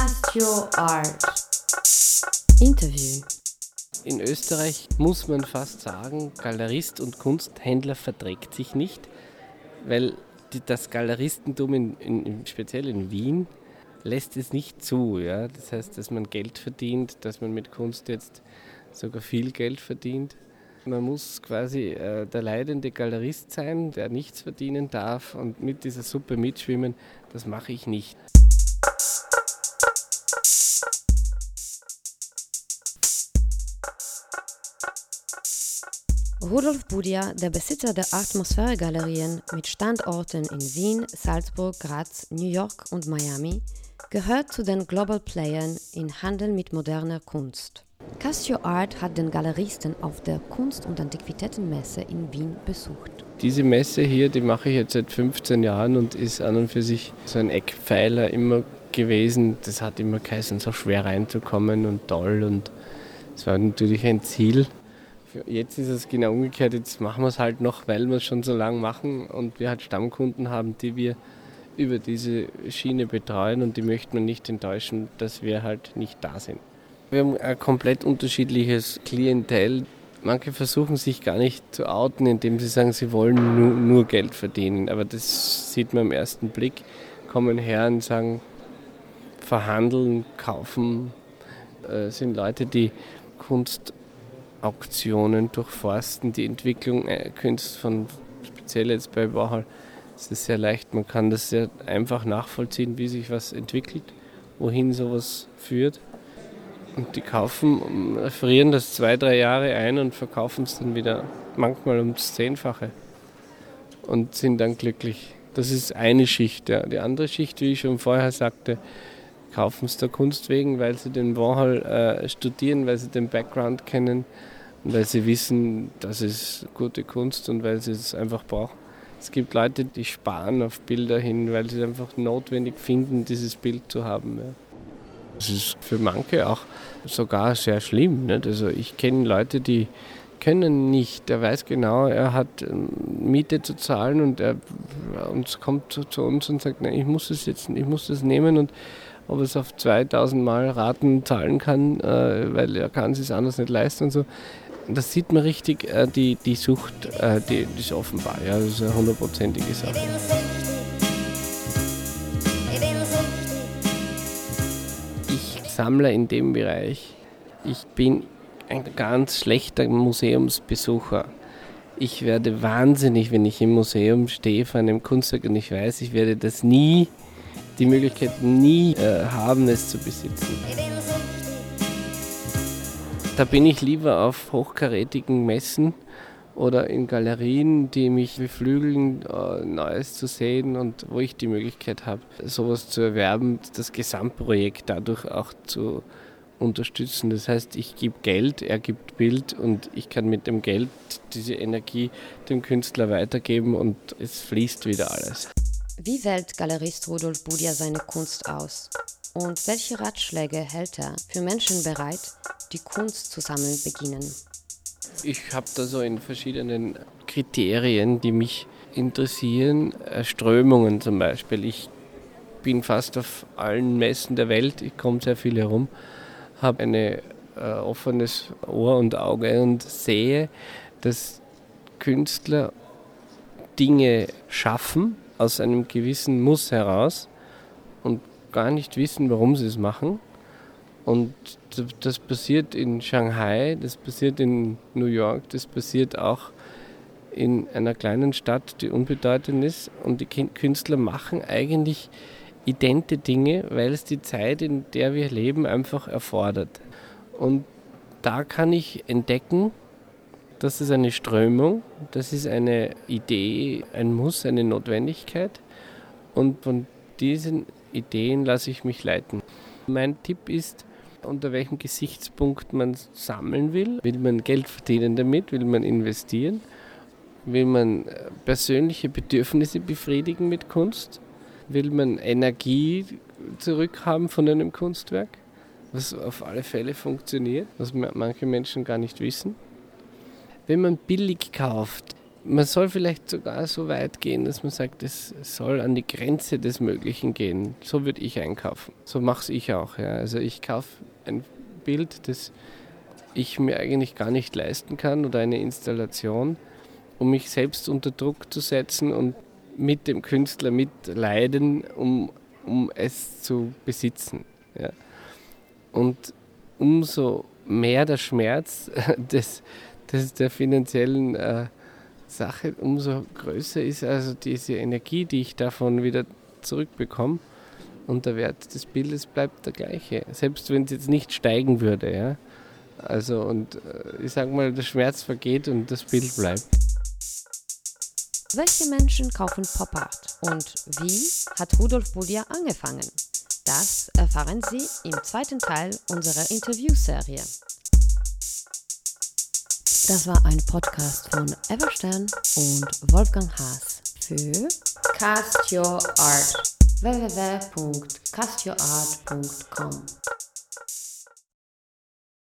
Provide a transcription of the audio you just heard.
Castio Art. Interview. In Österreich muss man fast sagen, Galerist und Kunsthändler verträgt sich nicht, weil das Galeristentum speziell in Wien lässt es nicht zu. Ja? Das heißt, dass man Geld verdient, dass man mit Kunst jetzt sogar viel Geld verdient. Man muss quasi der leidende Galerist sein, der nichts verdienen darf und mit dieser Suppe mitschwimmen. Das mache ich nicht. Rudolf Budia, der Besitzer der Atmosphäre-Galerien mit Standorten in Wien, Salzburg, Graz, New York und Miami, gehört zu den Global Playern im Handel mit moderner Kunst. Castio Art hat den Galeristen auf der Kunst- und Antiquitätenmesse in Wien besucht. Diese Messe hier, die mache ich jetzt seit 15 Jahren und ist an und für sich so ein Eckpfeiler immer gewesen. Das hat immer geheißen, so schwer reinzukommen und toll, und es war natürlich ein Ziel. Jetzt ist es genau umgekehrt, jetzt machen wir es halt noch, weil wir es schon so lange machen und wir halt Stammkunden haben, die wir über diese Schiene betreuen, und die möchten wir nicht enttäuschen, dass wir halt nicht da sind. Wir haben ein komplett unterschiedliches Klientel. Manche versuchen sich gar nicht zu outen, indem sie sagen, sie wollen nur Geld verdienen. Aber das sieht man im ersten Blick. Kommen her und sagen, verhandeln, kaufen. Sind Leute, die Kunstauktionen durchforsten, die Entwicklung Kunst von, speziell jetzt bei Warhol, ist das sehr leicht. Man kann das sehr einfach nachvollziehen, wie sich was entwickelt, wohin sowas führt. Und die frieren das 2-3 Jahre ein und verkaufen es dann wieder manchmal ums 10-fache und sind dann glücklich. Das ist eine Schicht. Ja. Die andere Schicht, wie ich schon vorher sagte, kaufen es der Kunst wegen, weil sie den Warhol studieren, weil sie den Background kennen und weil sie wissen, das ist gute Kunst und weil sie es einfach brauchen. Es gibt Leute, die sparen auf Bilder hin, weil sie es einfach notwendig finden, dieses Bild zu haben. Ja. Das ist für manche auch sogar sehr schlimm. Nicht? Also ich kenne Leute, die können nicht. Er weiß genau, er hat Miete zu zahlen und er kommt zu uns und sagt, nein, ich muss das nehmen, und ob er es auf 2000 Mal Raten zahlen kann, weil er kann es sich anders nicht leisten und so. Das sieht man richtig, die Sucht, die ist offenbar. Ja, das ist eine 100%ige Sache. Sammler in dem Bereich. Ich bin ein ganz schlechter Museumsbesucher. Ich werde wahnsinnig, wenn ich im Museum stehe vor einem Kunstwerk und ich weiß, ich werde die Möglichkeit nie haben, es zu besitzen. Da bin ich lieber auf hochkarätigen Messen oder in Galerien, die mich beflügeln, Neues zu sehen, und wo ich die Möglichkeit habe, sowas zu erwerben, das Gesamtprojekt dadurch auch zu unterstützen. Das heißt, ich gebe Geld, er gibt Bild, und ich kann mit dem Geld diese Energie dem Künstler weitergeben und es fließt wieder alles. Wie wählt Galerist Rudolf Budia seine Kunst aus? Und welche Ratschläge hält er für Menschen bereit, die Kunst zu sammeln beginnen? Ich habe da so in verschiedenen Kriterien, die mich interessieren, Strömungen zum Beispiel. Ich bin fast auf allen Messen der Welt, ich komme sehr viel herum, habe ein offenes Ohr und Auge und sehe, dass Künstler Dinge schaffen aus einem gewissen Muss heraus und gar nicht wissen, warum sie es machen. Und das passiert in Shanghai, das passiert in New York, das passiert auch in einer kleinen Stadt, die unbedeutend ist. Und die Künstler machen eigentlich idente Dinge, weil es die Zeit, in der wir leben, einfach erfordert. Und da kann ich entdecken, das ist eine Strömung, das ist eine Idee, ein Muss, eine Notwendigkeit. Und von diesen Ideen lasse ich mich leiten. Mein Tipp ist, unter welchem Gesichtspunkt man sammeln will. Will man Geld verdienen damit? Will man investieren? Will man persönliche Bedürfnisse befriedigen mit Kunst? Will man Energie zurückhaben von einem Kunstwerk, was auf alle Fälle funktioniert, was manche Menschen gar nicht wissen? Wenn man billig kauft, man soll vielleicht sogar so weit gehen, dass man sagt, es soll an die Grenze des Möglichen gehen. So würde ich einkaufen. So mache ich auch. Ja. Also ich kaufe ein Bild, das ich mir eigentlich gar nicht leisten kann oder eine Installation, um mich selbst unter Druck zu setzen und mit dem Künstler mitleiden, um es zu besitzen. Ja. Und umso mehr der Schmerz der finanziellen Sache, umso größer ist also diese Energie, die ich davon wieder zurückbekomme. Und der Wert des Bildes bleibt der gleiche, selbst wenn es jetzt nicht steigen würde. Ja? Also und ich sage mal, der Schmerz vergeht und das Bild bleibt. Welche Menschen kaufen Pop-Art und wie hat Rudolf Bullier angefangen? Das erfahren Sie im zweiten Teil unserer Interviewserie. Das war ein Podcast von Eva Stern und Wolfgang Haas für Cast Your Art. www.castyourart.com